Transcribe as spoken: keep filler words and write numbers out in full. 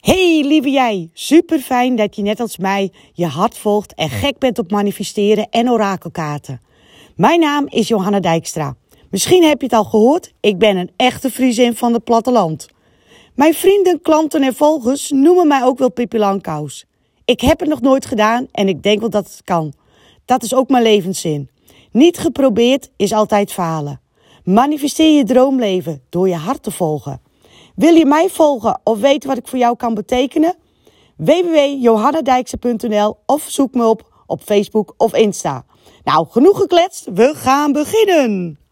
Hey lieve jij, super fijn dat je net als mij je hart volgt en gek bent op manifesteren en orakelkaarten. Mijn naam is Johanna Dijkstra. Misschien heb je het al gehoord, ik ben een echte Friesin van het platteland. Mijn vrienden, klanten en volgers noemen mij ook wel Pippi Langkous. Ik heb het nog nooit gedaan en ik denk wel dat het kan. Dat is ook mijn levenszin. Niet geprobeerd is altijd falen. Manifesteer je droomleven door je hart te volgen. Wil je mij volgen of weten wat ik voor jou kan betekenen? w w w punt johanna dijkstra punt n l of zoek me op op Facebook of Insta. Nou, genoeg gekletst, we gaan beginnen!